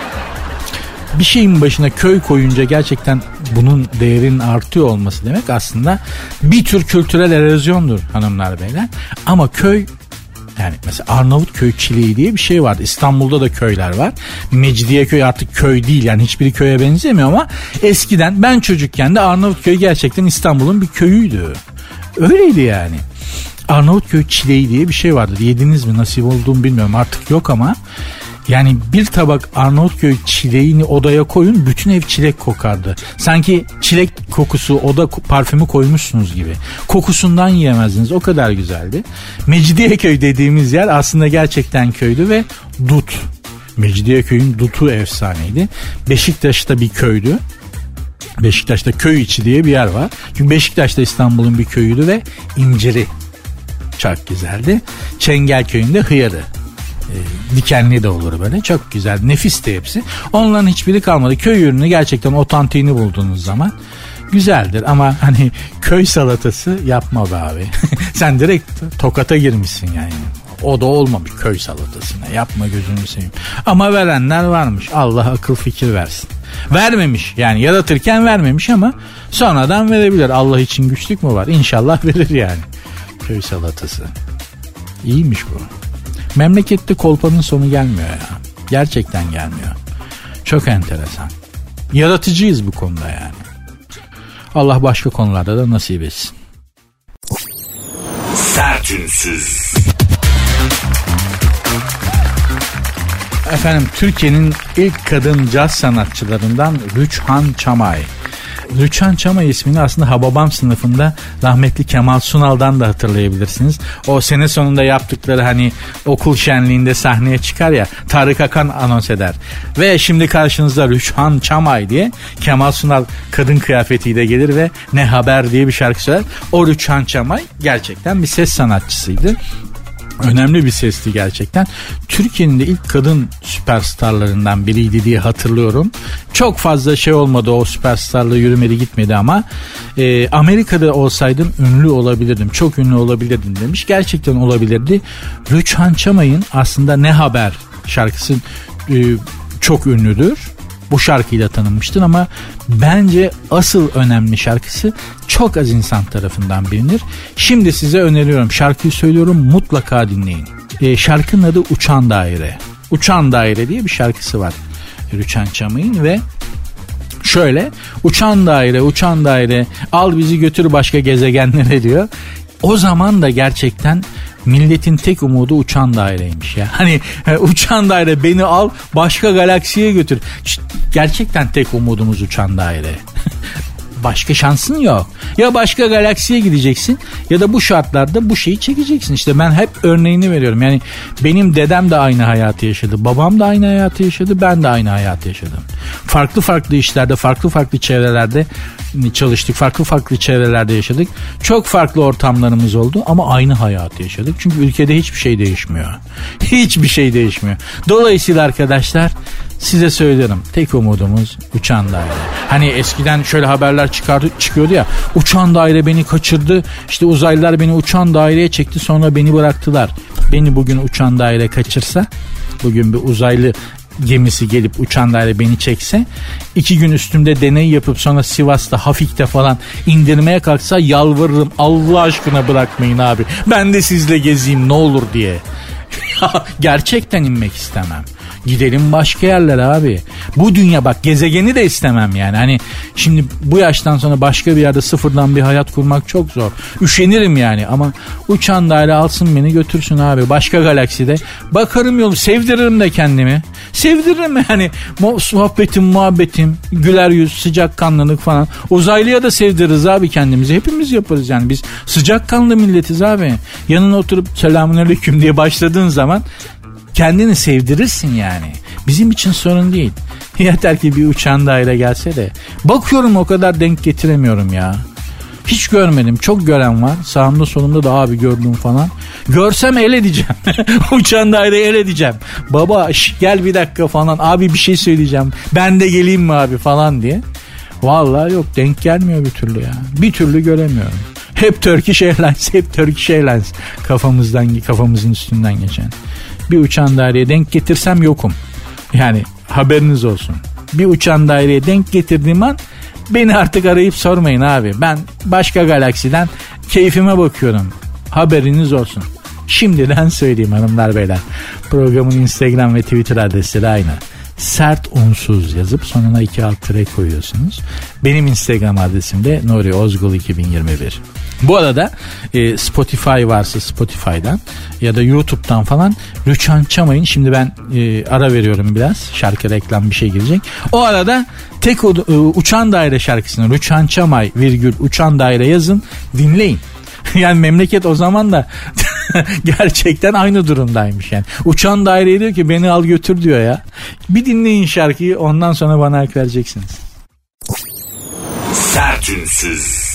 Bir şeyin başına köy koyunca gerçekten bunun değerinin artıyor olması demek aslında bir tür kültürel erozyondur hanımlar beyler. Ama köy, yani mesela Arnavutköy çileği diye bir şey vardı. İstanbul'da da köyler var. Mecidiyeköy artık köy değil yani, hiçbiri köye benzemiyor ama eskiden ben çocukken de Arnavutköy gerçekten İstanbul'un bir köyüydü. Öyleydi yani. Arnavutköy çileği diye bir şey vardı. Yediniz mi? Nasip olduğunu bilmiyorum, artık yok ama yani bir tabak Arnavutköy çileğini odaya koyun, bütün ev çilek kokardı. Sanki çilek kokusu, oda parfümü koymuşsunuz gibi. Kokusundan yiyemezdiniz, o kadar güzeldi. Mecidiyeköy dediğimiz yer aslında gerçekten köydü ve dut. Mecidiyeköy'ün dutu efsaneydi. Beşiktaş'ta bir köydü. Beşiktaş'ta köy içi diye bir yer var. Çünkü Beşiktaş'ta İstanbul'un bir köyüydü ve inciri çok güzeldi. Çengelköy'ün de hıyarı. Dikenli de olur böyle, çok güzel, nefisti hepsi. Onların hiçbiri kalmadı. Köy ürünü gerçekten otantiğini bulduğunuz zaman güzeldir ama hani köy salatası yapma be abi. Sen direkt tokata girmişsin yani. O da olmamış köy salatasına, yapma gözünü seveyim. Ama verenler varmış, Allah akıl fikir versin. Vermemiş yani, yaratırken vermemiş ama sonradan verebilir. Allah için güçlük mü var? İnşallah verir yani. Köy salatası İyiymiş bu. Memlekette kolpanın sonu gelmiyor ya. Gerçekten gelmiyor. Çok enteresan. Yaratıcıyız bu konuda yani. Allah başka konularda da nasip etsin. Sertünsüz. Efendim, Türkiye'nin ilk kadın caz sanatçılarından Rüçhan Çamay. Rüçhan Çamay ismini aslında Hababam sınıfında rahmetli Kemal Sunal'dan da hatırlayabilirsiniz. O sene sonunda yaptıkları hani okul şenliğinde sahneye çıkar ya, Tarık Akan anons eder. Ve şimdi karşınızda Rüçhan Çamay diye Kemal Sunal kadın kıyafetiyle gelir ve Ne Haber diye bir şarkı söyler. O Rüçhan Çamay gerçekten bir ses sanatçısıydı. Önemli bir sesti gerçekten. Türkiye'nin de ilk kadın süperstarlarından biriydi diye hatırlıyorum. Çok fazla şey olmadı, o süperstarlığı yürümedi gitmedi ama Amerika'da olsaydım ünlü olabilirdim, çok ünlü olabilirdim demiş. Gerçekten olabilirdi. Rüçhan Çamay'ın aslında Ne Haber şarkısı çok ünlüdür. Bu şarkıyla tanınmıştır ama bence asıl önemli şarkısı çok az insan tarafından bilinir. Şimdi size öneriyorum, şarkıyı söylüyorum, mutlaka dinleyin. Şarkının adı Uçan Daire. Uçan Daire diye bir şarkısı var Rüçhan Çamay'ın ve şöyle: uçan daire, uçan daire, al bizi götür başka gezegenlere diyor. O zaman da gerçekten milletin tek umudu uçan daireymiş ya. Hani uçan daire, beni al başka galaksiye götür. Gerçekten tek umudumuz uçan daire. Başka şansın yok. Ya başka galaksiye gideceksin ya da bu şartlarda bu şeyi çekeceksin. İşte ben hep örneğini veriyorum. Yani benim dedem de aynı hayatı yaşadı. Babam da aynı hayatı yaşadı. Ben de aynı hayatı yaşadım. Farklı farklı işlerde, farklı farklı çevrelerde çalıştık. Farklı farklı çevrelerde yaşadık. Çok farklı ortamlarımız oldu ama aynı hayatı yaşadık. Çünkü ülkede hiçbir şey değişmiyor. Hiçbir şey değişmiyor. Dolayısıyla arkadaşlar, size söylerim, tek umudumuz uçan daire. Hani eskiden şöyle haberler çıkıyordu ya, uçan daire beni kaçırdı, işte uzaylılar beni uçan daireye çekti sonra beni bıraktılar. Beni bugün uçan daire kaçırsa, bugün bir uzaylı gemisi gelip uçan daire beni çekse, 2 gün üstümde deney yapıp sonra Sivas'ta, Hafik'te falan indirmeye kalksa yalvarırım, Allah aşkına bırakmayın abi, ben de sizle gezeyim ne olur diye. Gerçekten inmek istemem. Gidelim başka yerlere abi. Bu dünya bak, gezegeni de istemem yani. Hani şimdi bu yaştan sonra başka bir yerde sıfırdan bir hayat kurmak çok zor. Üşenirim yani ama uçan daire alsın beni götürsün abi. Başka galakside bakarım yolu, sevdiririm de kendimi. Sevdiririm yani. Sohbetim, muhabbetim, güler yüz, sıcakkanlılık falan. Uzaylıya da sevdiririz abi kendimizi. Hepimiz yaparız yani. Biz sıcakkanlı milletiz abi. Yanına oturup selamünaleyküm diye başladığın zaman kendini sevdirirsin yani. Bizim için sorun değil. Yeter ki bir uçan daire gelse de. Bakıyorum o kadar denk getiremiyorum ya. Hiç görmedim. Çok gören var. Sağımda solumda da abi gördüm falan. Görsem el edeceğim. Uçan daireyi el edeceğim. Baba gel bir dakika falan. Abi bir şey söyleyeceğim. Ben de geleyim mi abi falan diye. Vallahi yok, denk gelmiyor bir türlü ya. Bir türlü göremiyorum. Hep Turkish Airlines, hep Turkish Airlines kafamızın üstünden geçen. Bir uçan daireye denk getirsem yokum. Yani haberiniz olsun. Bir uçan daireye denk getirdiğim an beni artık arayıp sormayın abi. Ben başka galaksiden keyfime bakıyorum. Haberiniz olsun. Şimdiden söyleyeyim hanımlar beyler. Programın Instagram ve Twitter adresleri aynı. Sert unsuz yazıp sonuna 2 alt tire koyuyorsunuz. Benim Instagram adresim de Nuri Ozgul 2021. Bu arada Spotify varsa Spotify'dan ya da YouTube'dan falan Rüçhan Çamay'ın, şimdi ben ara veriyorum biraz, şarkı reklam bir şey girecek. O arada tek uçan daire şarkısını Rüçhan Çamay virgül uçan daire yazın, dinleyin. Yani memleket o zaman da gerçekten aynı durumdaymış yani. Uçan daireye diyor ki beni al götür diyor ya. Bir dinleyin şarkıyı, ondan sonra bana hak vereceksiniz. Sertünsüz.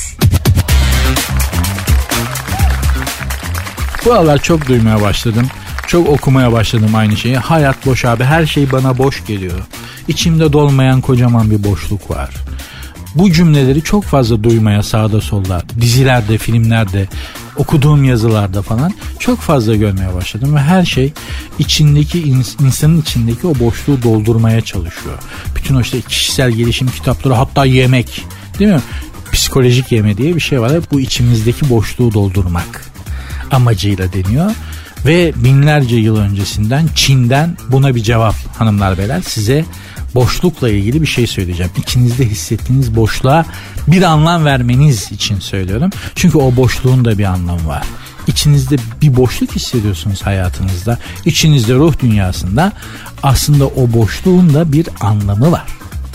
Bu aralar çok duymaya başladım. Çok okumaya başladım aynı şeyi. Hayat boş abi, her şey bana boş geliyor. İçimde dolmayan kocaman bir boşluk var. Bu cümleleri çok fazla duymaya sağda solda, dizilerde, filmlerde, okuduğum yazılarda falan çok fazla görmeye başladım. Ve her şey içindeki insanın içindeki o boşluğu doldurmaya çalışıyor. Bütün o işte kişisel gelişim kitapları, hatta yemek, değil mi? Psikolojik yeme diye bir şey var. Bu içimizdeki boşluğu doldurmak amacıyla deniyor. Ve binlerce yıl öncesinden Çin'den buna bir cevap hanımlar beyler. Size boşlukla ilgili bir şey söyleyeceğim. İçinizde hissettiğiniz boşluğa bir anlam vermeniz için söylüyorum. Çünkü o boşluğun da bir anlamı var. İçinizde bir boşluk hissediyorsunuz hayatınızda. İçinizde, ruh dünyasında aslında o boşluğun da bir anlamı var.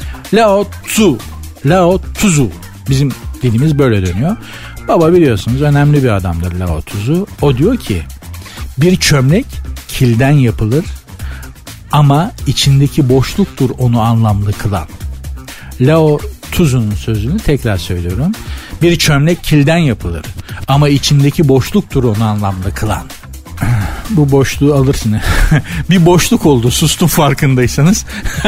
Lao Tzu. Bizim dilimiz böyle dönüyor. Baba biliyorsunuz önemli bir adamdır Lao Tzu. O diyor ki bir çömlek kilden yapılır ama içindeki boşluktur onu anlamlı kılan. Lao Tzu'nun sözünü tekrar söylüyorum. Bir çömlek kilden yapılır ama içindeki boşluktur onu anlamlı kılan. Bu boşluğu alırsın. Bir boşluk oldu, sustum farkındaysanız.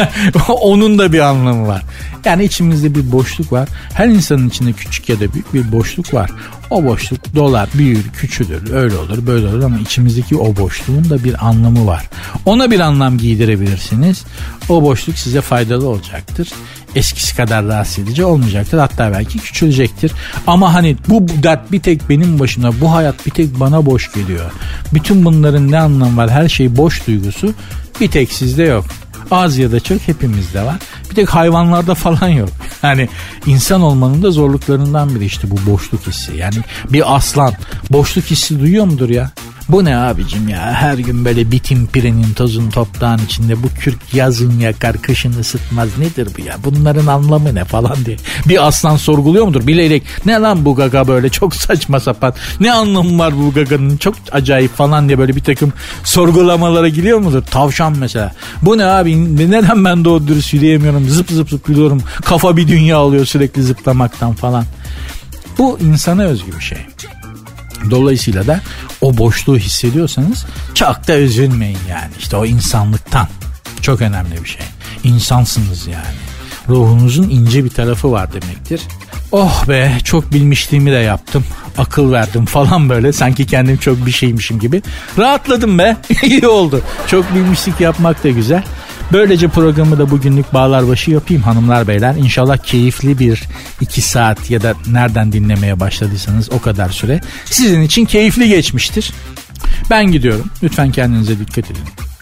Onun da bir anlamı var. Yani içimizde bir boşluk var. Her insanın içinde küçük ya da büyük bir boşluk var. O boşluk dolar, büyür, küçülür, öyle olur, böyle olur ama içimizdeki o boşluğun da bir anlamı var. Ona bir anlam giydirebilirsiniz. O boşluk size faydalı olacaktır. Eskisi kadar rahatsız edici olmayacaktır. Hatta belki küçülecektir. Ama hani bu dert bir tek benim başıma, bu hayat bir tek bana boş geliyor. Bütün bunların ne anlamı var? Her şey boş duygusu bir tek sizde yok. Az ya da çok hepimizde var. Bir tek hayvanlarda falan yok. Yani insan olmanın da zorluklarından biri işte bu boşluk hissi. Yani bir aslan boşluk hissi duyuyor mudur ya? Bu ne abicim ya, her gün böyle bitim pirenin tozun toprağın içinde, bu kürk yazın yakar kışın ısıtmaz, nedir bu ya, bunların anlamı ne falan diye bir aslan sorguluyor mudur bilerek, ne lan bu gaga böyle çok saçma sapan, ne anlamı var bu gaganın çok acayip falan diye böyle bir takım sorgulamalara giriyor mudur? Tavşan mesela, bu ne abi, neden ben doğru dürüst yürüyemiyorum, zıp zıp zıplıyorum, kafa bir dünya oluyor sürekli zıplamaktan falan. Bu insana özgü bir şey. Dolayısıyla da o boşluğu hissediyorsanız çok da üzülmeyin yani. İşte o insanlıktan. Çok önemli bir şey. İnsansınız yani. Ruhunuzun ince bir tarafı var demektir. Oh be, çok bilmişliğimi de yaptım. Akıl verdim falan böyle. Sanki kendim çok bir şeymişim gibi. Rahatladım be. İyi oldu. Çok bilmişlik yapmak da güzel. Böylece programı da bugünlük bağlar başı yapayım hanımlar beyler. İnşallah keyifli bir 2 saat ya da nereden dinlemeye başladıysanız o kadar süre sizin için keyifli geçmiştir. Ben gidiyorum. Lütfen kendinize dikkat edin.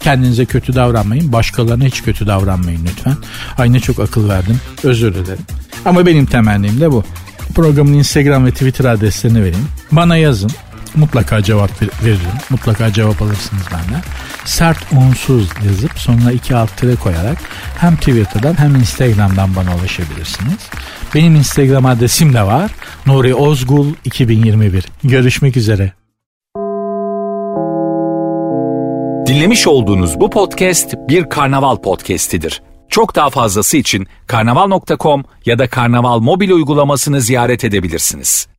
Kendinize kötü davranmayın. Başkalarına hiç kötü davranmayın lütfen. Ay ne çok akıl verdim. Özür dilerim. Ama benim temennim de bu. Programın Instagram ve Twitter adreslerini vereyim. Bana yazın. Mutlaka cevap veririm. Mutlaka cevap alırsınız benden. Sert unsuz yazıp sonuna 2 alt tire koyarak hem Twitter'dan hem Instagram'dan bana ulaşabilirsiniz. Benim Instagram adresim de var. Nuri Ozgul 2021. Görüşmek üzere. Dinlemiş olduğunuz bu podcast bir Karnaval podcastidir. Çok daha fazlası için karnaval.com ya da Karnaval mobil uygulamasını ziyaret edebilirsiniz.